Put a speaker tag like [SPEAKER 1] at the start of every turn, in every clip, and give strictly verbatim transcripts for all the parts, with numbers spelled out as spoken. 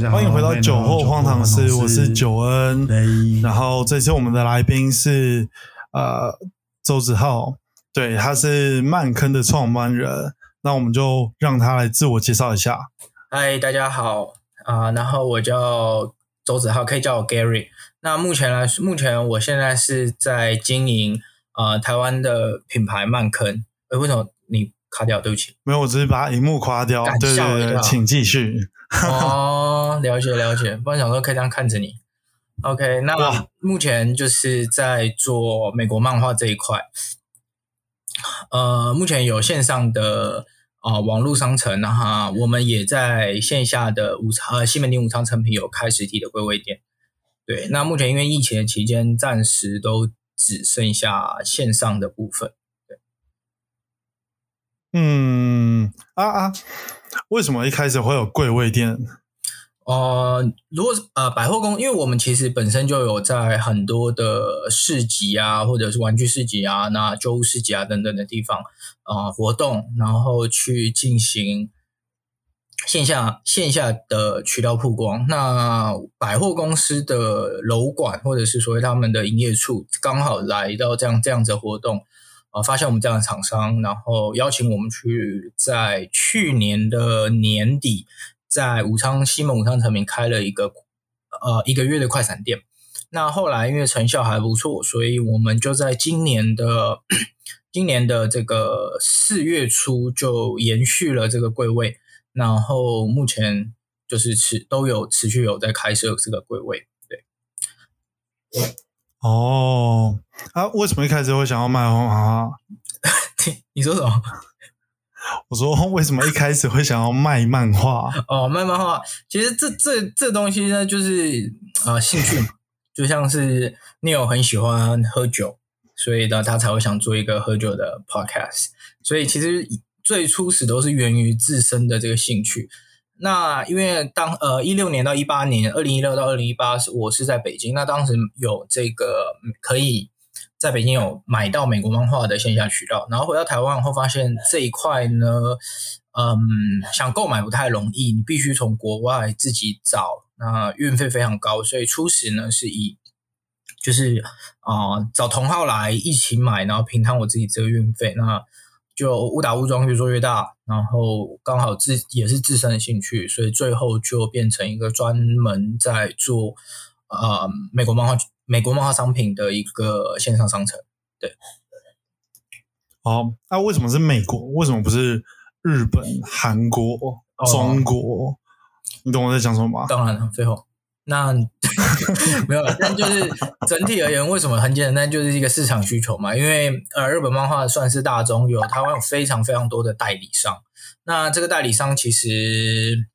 [SPEAKER 1] 家好，
[SPEAKER 2] 欢迎回到酒后荒唐事，我是九恩。然后这次我们的来宾是呃周子浩，对，他是漫坑的创办人。那我们就让他来自我介绍一下。
[SPEAKER 3] 嗨，大家好啊、呃，然后我叫周子浩，可以叫我 Gary。那目前来说，目前我现在是在经营呃台湾的品牌漫坑。诶，为什么你卡掉？对不起，
[SPEAKER 2] 没有，我只是把荧幕夸掉。对对对，请继续。
[SPEAKER 3] 哦，了解了解，不然想说可以这样看着你。OK， 那目前就是在做美国漫画这一块。呃，目前有线上的啊、呃、网络商城，然后我们也在线下的武昌呃西门町武昌诚品有开实体的柜位店。对，那目前因为疫情的期间，暂时都只剩下线上的部分。对，
[SPEAKER 2] 嗯啊啊，为什么一开始会有柜位店？
[SPEAKER 3] 呃，如果呃百货公，因为我们其实本身就有在很多的市集啊，或者是玩具市集啊、那旧物市集啊等等的地方啊、呃、活动，然后去进行线下线下的渠道曝光。那百货公司的楼管或者是所谓他们的营业处刚好来到这样这样子的活动啊、呃，发现我们这样的厂商，然后邀请我们去在去年的年底。在武昌西门武昌诚品开了一个呃一个月的快闪店，那后来因为成效还不错，所以我们就在今年的今年的这个四月初就延续了这个柜位，然后目前就是持都有持续有在开设这个柜位。对，
[SPEAKER 2] 哦，啊，为什么一开始会想要卖漫画？
[SPEAKER 3] 你说什么？
[SPEAKER 2] 我说为什么一开始会想要卖漫画？
[SPEAKER 3] 哦，卖漫画，其实这这这东西呢，就是呃兴趣嘛，就像是 Neil 很喜欢喝酒，所以呢他才会想做一个喝酒的 podcast。所以其实最初始都是源于自身的这个兴趣。那因为当呃一六年到一八年，二零一六到二零一八，我是在北京，那当时有这个可以。在北京有买到美国漫画的线下渠道，然后回到台湾后发现这一块呢，嗯，想购买不太容易，你必须从国外自己找，那运费非常高，所以初始呢是以就是啊、呃、找同好来一起买，然后平摊我自己这个运费，那就误打误撞越做越大，然后刚好自也是自身的兴趣，所以最后就变成一个专门在做呃美国漫画。美国漫画商品的一个线上商城。对，
[SPEAKER 2] 哦，那、啊、为什么是美国？为什么不是日本、韩国、哦、中国？你懂我在讲什么吗？
[SPEAKER 3] 当然了，废话。那没有了，但就是整体而言，为什么很简单，就是一个市场需求嘛。因为呃，日本漫画算是大宗，有台湾有非常非常多的代理商。那这个代理商其实。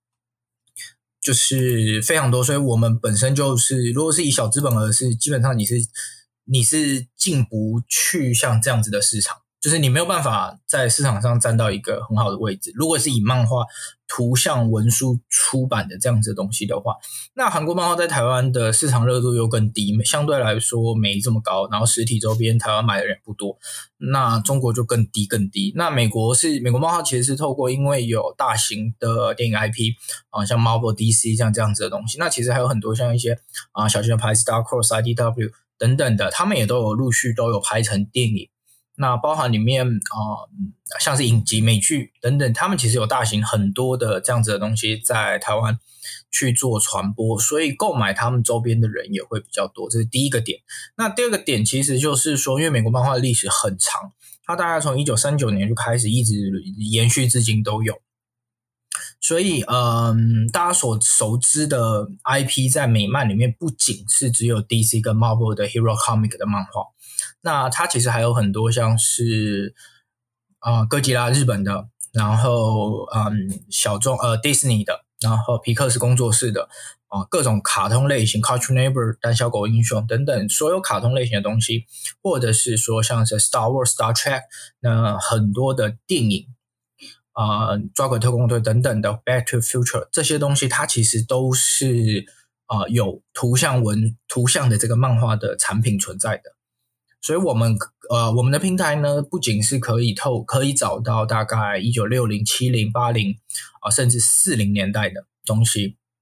[SPEAKER 3] 就是非常多，所以我们本身就是，如果是以小资本额是，基本上你是你是进不去像这样子的市场，就是你没有办法在市场上站到一个很好的位置。如果是以漫画、图像、文书出版的这样子的东西的话，那韩国漫画在台湾的市场热度又更低，相对来说没这么高，然后实体周边台湾买的人不多，那中国就更低更低。那美国是美国漫画其实是透过因为有大型的电影 I P 啊、呃，像 Marvel、D C 像这样子的东西，那其实还有很多像一些啊、呃、小型的牌子 Dark Horse、I D W 等等的，他们也都有陆续都有拍成电影。那包含里面啊、呃，像是影集、美剧等等，他们其实有大型很多的这样子的东西在台湾去做传播，所以购买他们周边的人也会比较多，这是第一个点。那第二个点其实就是说，因为美国漫画的历史很长，它大概从一九三九年就开始一直延续至今都有。所以，嗯，大家所熟知的 I P 在美漫里面不仅是只有 D C 跟 Marvel 的 Hero Comic 的漫画，那它其实还有很多像是啊、呃、哥吉拉日本的，然后嗯小众呃 Disney 的，然后皮克斯工作室的啊、呃、各种卡通类型 Cartoon Network 胆小狗英雄等等所有卡通类型的东西，或者是说像是 Star Wars、Star Trek 那很多的电影。啊、呃，抓鬼特工队等等的 Back to Future 这些东西，它其实都是啊、呃、有图像文图像的这个漫画的产品存在的。所以我们呃我们的平台呢，不仅是可以透可以找到大概一九六零、七零、八零啊甚至四零年代的东西，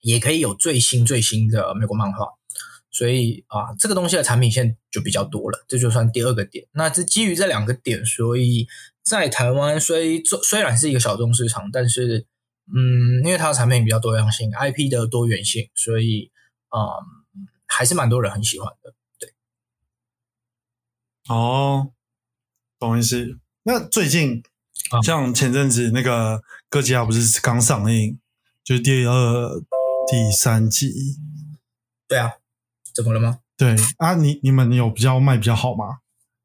[SPEAKER 3] 也可以有最新最新的美国漫画。所以啊，这个东西的产品线就比较多了，这就算第二个点。那这基于这两个点，所以在台湾虽虽然是一个小众市场，但是嗯，因为它的产品比较多样性 ，I P 的多元性，所以啊、嗯，还是蛮多人很喜欢的。对，
[SPEAKER 2] 哦，懂意思。那最近、啊、像前阵子那个哥吉拉不是刚上映，就是第二、第三季。
[SPEAKER 3] 对啊。怎么了吗？
[SPEAKER 2] 对啊，你你们有比较卖比较好吗？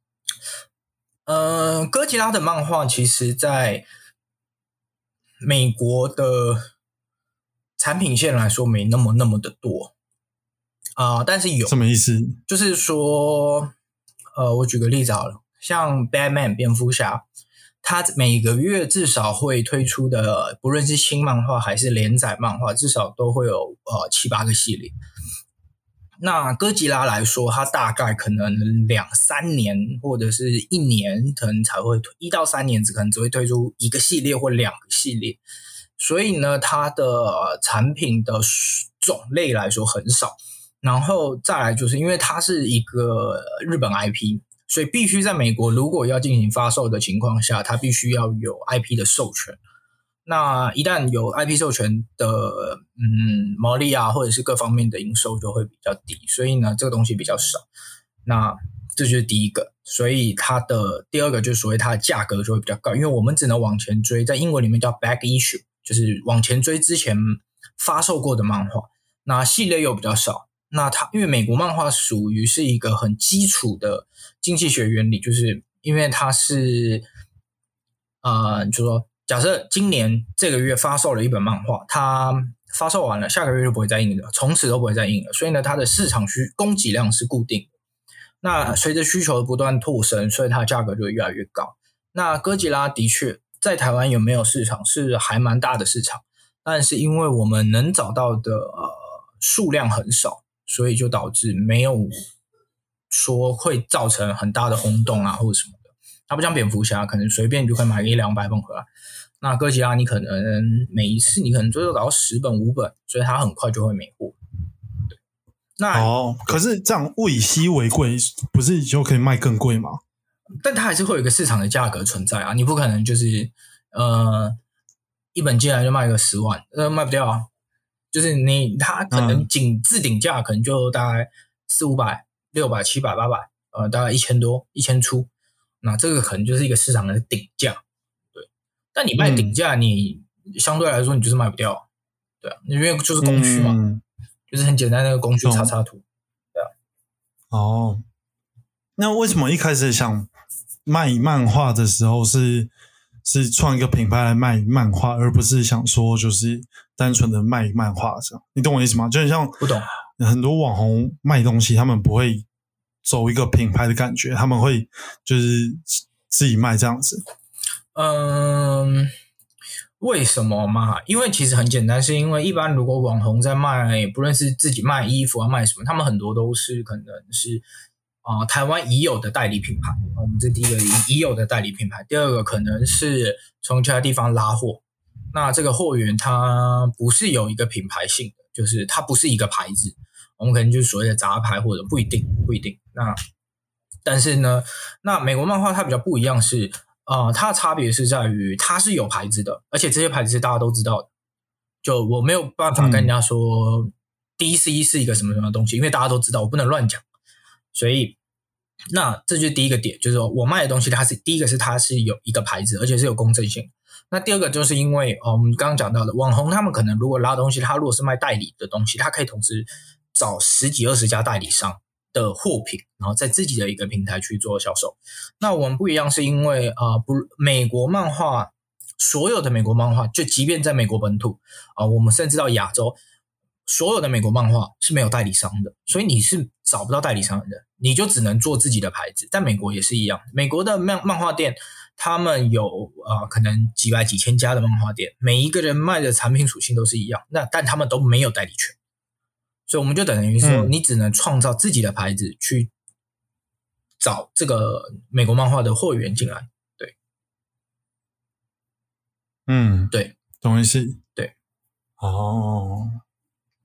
[SPEAKER 3] 呃，哥吉拉的漫画其实在美国的产品线来说没那么那么的多啊、呃，但是有
[SPEAKER 2] 什么意思？
[SPEAKER 3] 就是说，呃，我举个例子好了，像 Batman 蝙蝠侠，他每个月至少会推出的，不论是新漫画还是连载漫画，至少都会有呃七八个系列。那哥吉拉来说，它大概可能两三年或者是一年，可能才会推一到三年，只可能只会推出一个系列或两个系列。所以呢，它的产品的种类来说很少。然后再来就是因为它是一个日本 I P， 所以必须在美国如果要进行发售的情况下，它必须要有 I P 的授权。那一旦有 I P 授权的嗯毛利啊，或者是各方面的营收就会比较低，所以呢这个东西比较少。那这就是第一个，所以它的第二个就是所谓它的价格就会比较高，因为我们只能往前追，在英文里面叫 back issue， 就是往前追之前发售过的漫画。那系列又比较少，那它因为美国漫画属于是一个很基础的经济学原理，就是因为它是呃就说假设今年这个月发售了一本漫画，它发售完了，下个月就不会再印了，从此都不会再印了。所以呢，它的市场需供给量是固定的。那随着需求的不断拓深，所以它的价格就会越来越高。那哥吉拉的确在台湾有没有市场是还蛮大的市场，但是因为我们能找到的呃数量很少，所以就导致没有说会造成很大的轰动啊或者什么的。它不像蝙蝠侠，可能随便就可以买个一两百本回来。那哥吉拉你可能每一次你可能最多搞到十本五本，所以它很快就会没货。对，那
[SPEAKER 2] 哦，可是这样物以稀为贵，不是就可以卖更贵吗？
[SPEAKER 3] 但它还是会有一个市场的价格存在啊，你不可能就是呃一本进来就卖个十万，呃卖不掉啊。就是你它可能仅自顶价可能就大概四五百、六百、七百、八百，呃大概一千多、一千出，那这个可能就是一个市场的顶价。但你卖顶价，你相对来说你就是卖不掉，对啊，因为就是供需嘛，嗯、就是很简单的供需叉叉图，对啊。
[SPEAKER 2] 哦，那为什么一开始想卖漫画的时候是是创一个品牌来卖漫画，而不是想说就是单纯的卖漫画这样？你懂我意思吗？就很像
[SPEAKER 3] 不懂
[SPEAKER 2] 很多网红卖东西，他们不会走一个品牌的感觉，他们会就是自己卖这样子。
[SPEAKER 3] 嗯，为什么嘛？因为其实很简单，是因为一般如果网红在卖，不论是自己卖衣服啊卖什么，他们很多都是可能是啊、呃、台湾已有的代理品牌。我们这第一个已有的代理品牌，第二个可能是从其他地方拉货。那这个货源它不是有一个品牌性的，就是它不是一个牌子，我们可能就是所谓的杂牌或者不一定不一定。那但是呢，那美国漫画它比较不一样是。呃，它的差别是在于它是有牌子的，而且这些牌子是大家都知道的。就我没有办法跟人家说、嗯、D C 是一个什么什么东西，因为大家都知道，我不能乱讲。所以，那这就是第一个点，就是说我卖的东西，它是第一个是它是有一个牌子，而且是有公正性。那第二个就是因为、哦、我们刚刚讲到的网红，他们可能如果拉东西，他如果是卖代理的东西，他可以同时找十几二十家代理商的货品，然后在自己的一个平台去做销售。那我们不一样是因为呃，不，美国漫画所有的美国漫画，就即便在美国本土啊、呃，我们甚至到亚洲，所有的美国漫画是没有代理商的，所以你是找不到代理商的，你就只能做自己的牌子。在美国也是一样，美国的漫漫画店，他们有呃可能几百几千家的漫画店，每一个人卖的产品属性都是一样，那但他们都没有代理权。所以我们就等于说，你只能创造自己的牌子去找这个美国漫画的货源进来，对，
[SPEAKER 2] 嗯，
[SPEAKER 3] 对，
[SPEAKER 2] 懂意思，
[SPEAKER 3] 对，
[SPEAKER 2] 哦，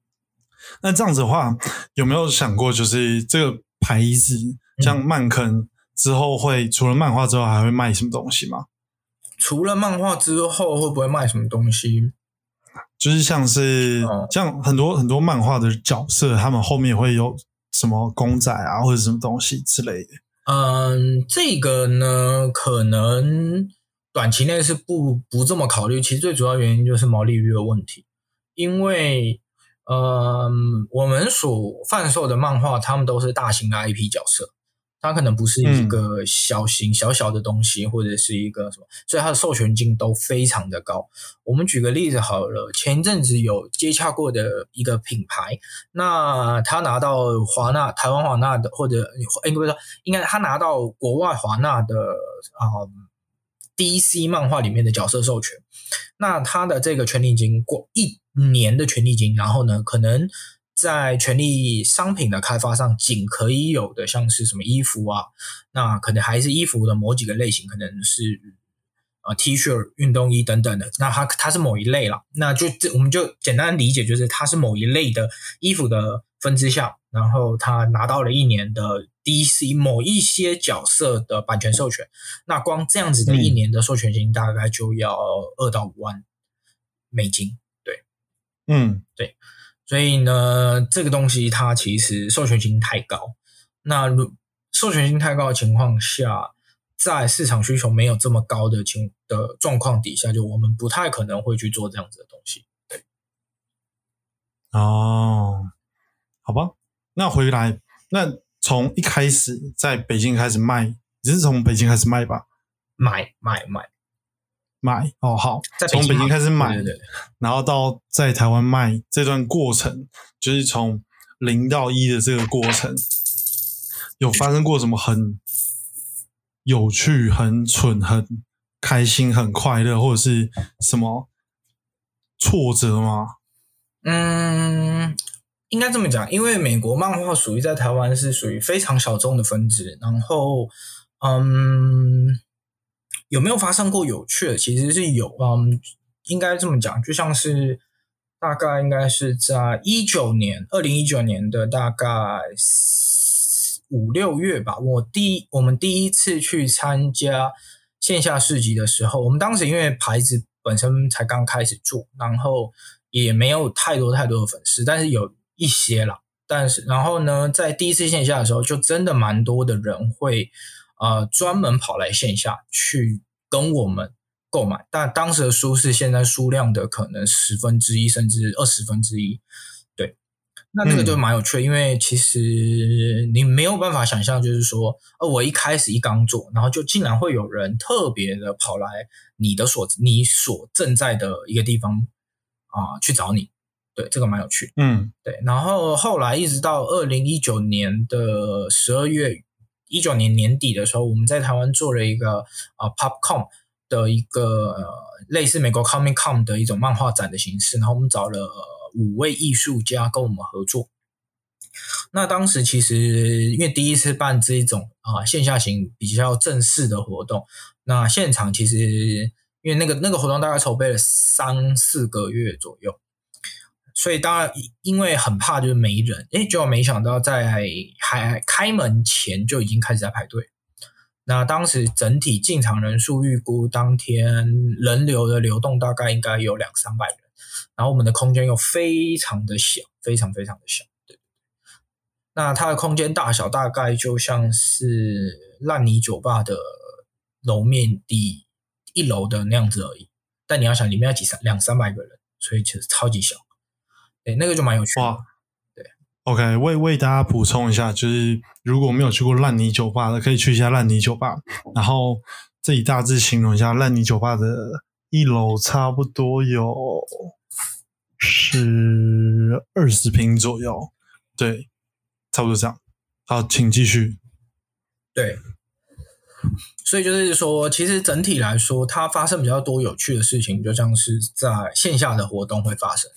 [SPEAKER 2] 那这样子的话，有没有想过，就是这个牌子像漫坑之后会、嗯、除了漫画之后还会卖什么东西吗？
[SPEAKER 3] 除了漫画之后会不会卖什么东西？
[SPEAKER 2] 就是像是、哦、像很多很多漫画的角色，他们后面会有什么公仔啊，或者什么东西之类的。
[SPEAKER 3] 嗯，这个呢，可能短期内是不不这么考虑。其实最主要原因就是毛利率的问题，因为嗯，我们所贩售的漫画，他们都是大型的 I P 角色。它可能不是一个小型小小的东西、嗯、或者是一个什么，所以它的授权金都非常的高。我们举个例子好了，前一阵子有接洽过的一个品牌，那他拿到华纳台湾华纳的，或者应该说应该他拿到国外华纳的啊、呃、D C 漫画里面的角色授权，那他的这个权利金过一年的权利金，然后呢可能在权利商品的开发上仅可以有的像是什么衣服啊，那可能还是衣服的某几个类型，可能是呃 T 恤、运动衣等等的，那它它是某一类啦，那就我们就简单理解就是它是某一类的衣服的分支项，然后它拿到了一年的 D C 某一些角色的版权授权，那光这样子的一年的授权金大概就要二到五万美金，对，
[SPEAKER 2] 嗯，
[SPEAKER 3] 对。所以呢，这个东西它其实授权金太高。那授权金太高的情况下，在市场需求没有这么高的情的状况底下，就我们不太可能会去做这样子的东西。对。
[SPEAKER 2] 哦，好吧。那回来，那从一开始在北京开始卖，你是从北京开始卖吧？
[SPEAKER 3] 买买买。
[SPEAKER 2] 买哦，好，从北京开始买，
[SPEAKER 3] 对对对，
[SPEAKER 2] 然后到在台湾卖这段过程，就是从零到一的这个过程，有发生过什么很有趣、很蠢、很开心、很快乐，或者是什么挫折吗？
[SPEAKER 3] 嗯，应该这么讲，因为美国漫画属于在台湾是属于非常小众的分支，然后，嗯。有没有发生过有趣的？其实是有，嗯，应该这么讲，就像是大概应该是在一九年，二零一九年的大概五六月吧。我第一我们第一次去参加线下市集的时候，我们当时因为牌子本身才刚开始做，然后也没有太多太多的粉丝，但是有一些啦。但是然后呢，在第一次线下的时候，就真的蛮多的人会。呃，专门跑来线下去跟我们购买，但当时的书是现在数量的可能十分之一甚至二十分之一，对，那那个就蛮有趣的、嗯、因为其实你没有办法想象，就是说，呃，我一开始一刚做，然后就竟然会有人特别的跑来你的所你所正在的一个地方啊、呃、去找你，对，这个蛮有趣的，
[SPEAKER 2] 嗯，
[SPEAKER 3] 对，然后后来一直到二零一九年的十二月。一九年年底的时候，我们在台湾做了一个呃 Popcom 的一个、呃、类似美国 Comic Con 的一种漫画展的形式，然后我们找了、呃、五位艺术家跟我们合作。那当时其实因为第一次办这一种啊、呃、线下型比较正式的活动，那现场其实因为那个那个活动大概筹备了三四个月左右。所以当然因为很怕就是没人，诶，结果没想到在还开门前就已经开始在排队。那当时整体进场人数预估当天人流的流动大概应该有两三百人，然后我们的空间又非常的小，非常非常的小。对，那它的空间大小大概就像是烂泥酒吧的楼面第一楼的那样子而已，但你要想里面要挤两三百个人，所以其实超级小。对，那个就蛮有趣的。
[SPEAKER 2] 哇，对 ，OK， 为为大家补充一下，就是如果没有去过烂泥酒吧的，可以去一下烂泥酒吧。然后这里大致形容一下烂泥酒吧的一楼，差不多有是二十平左右，对，差不多这样。好，请继续。
[SPEAKER 3] 对，所以就是说，其实整体来说，它发生比较多有趣的事情，就像是在线下的活动会发生。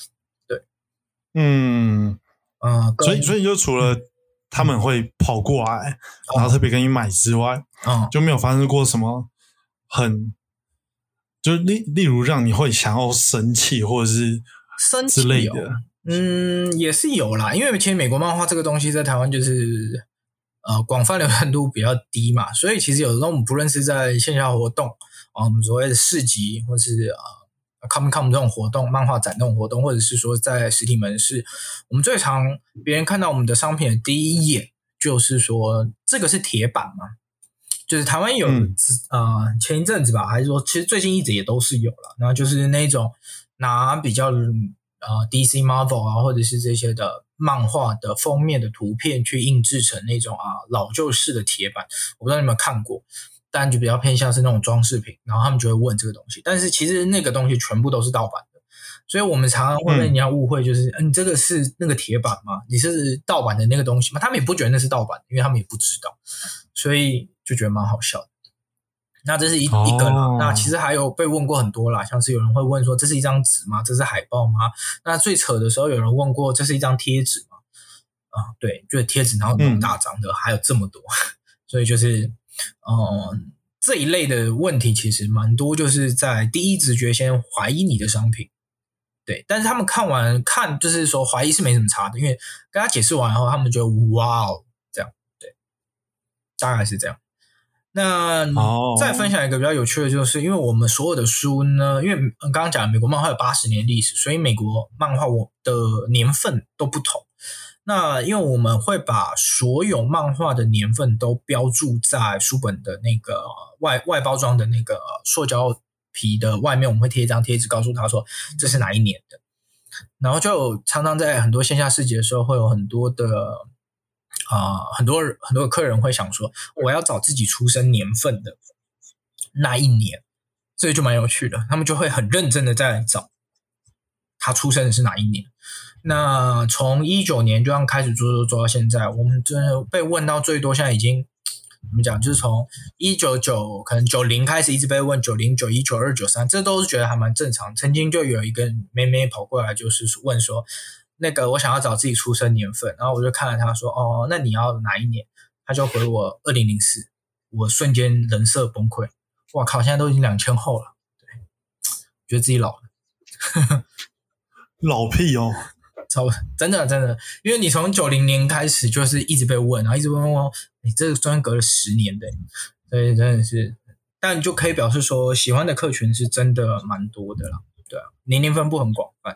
[SPEAKER 2] 嗯，呃，所以所以就除了他们会跑过来，嗯、然后特别跟你买之外，
[SPEAKER 3] 嗯，
[SPEAKER 2] 就没有发生过什么很，就例例如让你会想要生气或者是之类的。
[SPEAKER 3] 嗯，也是有啦，因为其实美国漫画这个东西在台湾就是呃广泛流传度比较低嘛，所以其实有时候我们不论是在线下活动啊，我们所谓的市集，或是呃 Comic Con 这种活动、漫画展这种活动，或者是说在实体门市，我们最常别人看到我们的商品的第一眼就是说这个是铁板嘛，就是台湾有、嗯、呃前一阵子吧，还是说其实最近一直也都是有了，然后就是那种拿比较呃 D C Marvel 啊，或者是这些的漫画的封面的图片去印制成那种啊老旧式的铁板，我不知道你有没有看过，但就比较偏向是那种装饰品，然后他们就会问这个东西，但是其实那个东西全部都是盗版的，所以我们常常会被人家误会，就是、嗯、你这个是那个铁板吗？你是盗版的那个东西吗？他们也不觉得那是盗版，因为他们也不知道，所以就觉得蛮好笑的。那这是一、哦、一个啦，那其实还有被问过很多啦，像是有人会问说这是一张纸吗？这是海报吗？那最扯的时候有人问过这是一张贴纸吗？啊、呃，对，就是贴纸，然后那么大张的、嗯、还有这么多，所以就是呃这一类的问题其实蛮多，就是在第一直觉先怀疑你的商品，对，但是他们看完看就是说怀疑是没什么差的，因为跟他解释完后，他们就哇哦这样，对，大概是这样。那再分享一个比较有趣的就是，因为我们所有的书呢，因为刚刚讲美国漫画有八十年历史，所以美国漫画我的年份都不同。那因为我们会把所有漫画的年份都标注在书本的那个外外包装的那个塑胶皮的外面，我们会贴一张贴纸告诉他说这是哪一年的。然后就常常在很多线下市集的时候会有很多的啊、呃，很多很多客人会想说，我要找自己出生年份的那一年，所以就蛮有趣的。他们就会很认真的在找他出生的是哪一年。那从一九年就这样开始做做做到现在，我们真的被问到最多，现在已经怎么讲，就是从一九九可能九零开始一直被问九零、九一、九二、九三，这都是觉得还蛮正常。曾经就有一个妹妹跑过来，就是问说，那个我想要找自己出生年份，然后我就看了他说，哦，那你要哪一年？他就回我二零零四，我瞬间人设崩溃，哇靠，现在都已经两千后了，对，觉得自己老了，
[SPEAKER 2] 老屁哦。
[SPEAKER 3] 超真的真的，因为你从九零年开始就是一直被问，然后一直问问，你这个中间隔了十年的，所以真的是，但就可以表示说，喜欢的客群是真的蛮多的啦，对啊，年龄分布很广泛。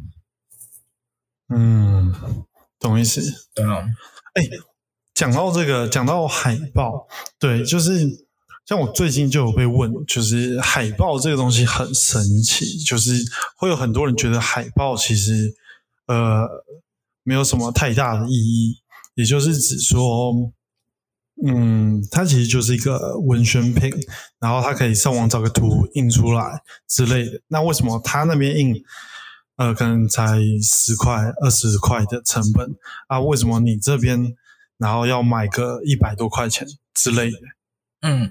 [SPEAKER 2] 嗯，懂意思。
[SPEAKER 3] 对啊，
[SPEAKER 2] 哎，讲到这个，讲到海报，对，就是像我最近就有被问，就是海报这个东西很神奇，就是会有很多人觉得海报其实。呃，没有什么太大的意义，也就是指说，嗯，它其实就是一个文宣品，然后它可以上网找个图印出来之类的。那为什么它那边印，呃，可能才十块、二十块的成本啊？为什么你这边然后要买个一百多块钱之类的？
[SPEAKER 3] 嗯，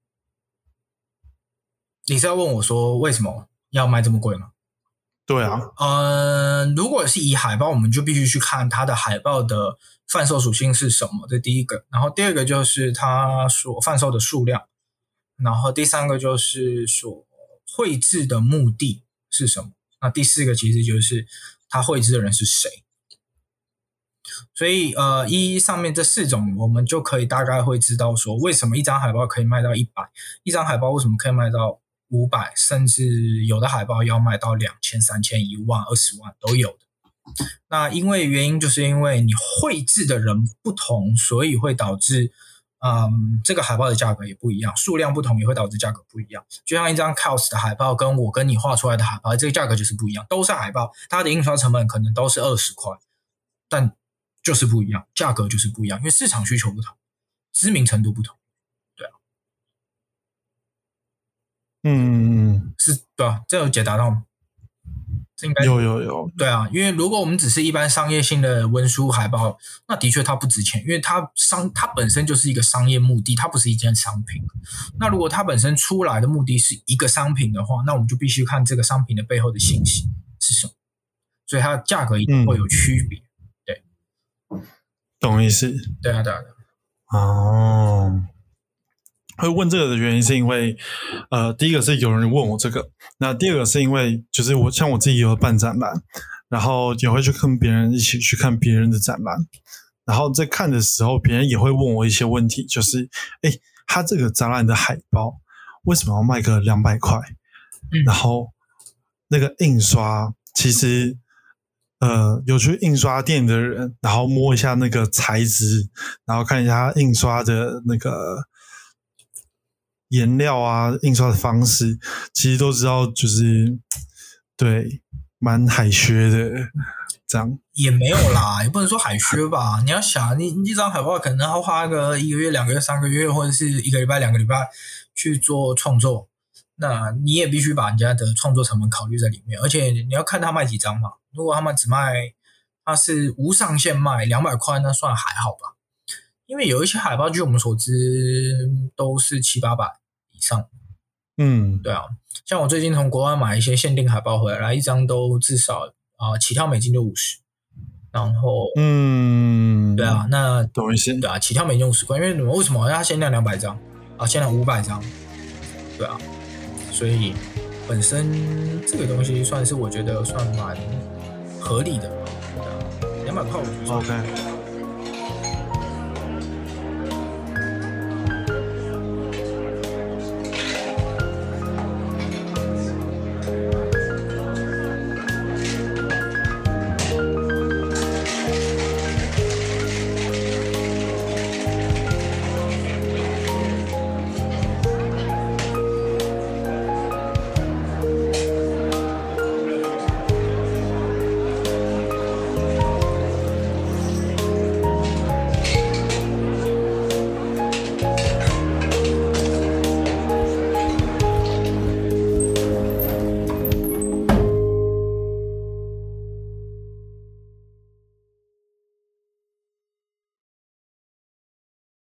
[SPEAKER 3] 你是要问我说为什么要卖这么贵吗？
[SPEAKER 2] 对啊，
[SPEAKER 3] 呃，如果是以海报，我们就必须去看它的海报的贩售属性是什么，这第一个。然后第二个就是它所贩售的数量，然后第三个就是所绘制的目的是什么。那第四个其实就是它绘制的人是谁。所以呃，依上面这四种，我们就可以大概会知道说，为什么一张海报可以卖到一百，一张海报为什么可以卖到五百，甚至有的海报要卖到两千、三千、一万、二十万都有的。那因为原因就是因为你绘制的人不同，所以会导致嗯，这个海报的价格也不一样，数量不同也会导致价格不一样。就像一张 C O S 的海报跟我跟你画出来的海报，这个价格就是不一样，都是海报，它的印刷成本可能都是二十块，但就是不一样，价格就是不一样，因为市场需求不同，知名程度不同。
[SPEAKER 2] 嗯，
[SPEAKER 3] 是，对啊，这有解答到吗？这应该
[SPEAKER 2] 有有有，
[SPEAKER 3] 对啊，因为如果我们只是一般商业性的文书海报，那的确它不值钱，因为它商它本身就是一个商业目的，它不是一件商品。那如果它本身出来的目的是一个商品的话，那我们就必须看这个商品的背后的信息是什么，所以它的价格一定会有区别。嗯、对，
[SPEAKER 2] 懂意思？
[SPEAKER 3] 对啊，对啊，对
[SPEAKER 2] 啊。哦。会问这个的原因是因为，呃，第一个是有人问我这个，那第二个是因为就是我像我自己有办展览， 然后也会去跟别人一起去看别人的展览。然后在看的时候，别人也会问我一些问题，就是哎，他这个展览的海报为什么要卖个两百块？
[SPEAKER 3] 嗯、
[SPEAKER 2] 然后那个印刷，其实呃有去印刷店的人，然后摸一下那个材质，然后看一下印刷的那个颜料啊，印刷的方式，其实都知道，就是对蛮海削的。这样
[SPEAKER 3] 也没有啦，也不能说海削吧。你要想，你你一张海报可能要花个一个月、两个月、三个月，或者是一个礼拜、两个礼拜去做创作。那你也必须把人家的创作成本考虑在里面，而且你要看他卖几张嘛。如果他们只卖，他是无上限卖两百块，那算还好吧。因为有一些海报，据我们所知，都是七八百以上。
[SPEAKER 2] 嗯，
[SPEAKER 3] 对啊，像我最近从国外买一些限定海报回来，一张都至少。啊、呃，起跳美金就五十，然后，
[SPEAKER 2] 嗯，
[SPEAKER 3] 对啊，那
[SPEAKER 2] 懂一些，
[SPEAKER 3] 对啊，起跳美金五十块，因为你们为什么它限量两百张啊，限量五百张，对啊，所以本身这个东西算是我觉得算蛮合理的，对啊，两百块我觉得
[SPEAKER 2] OK。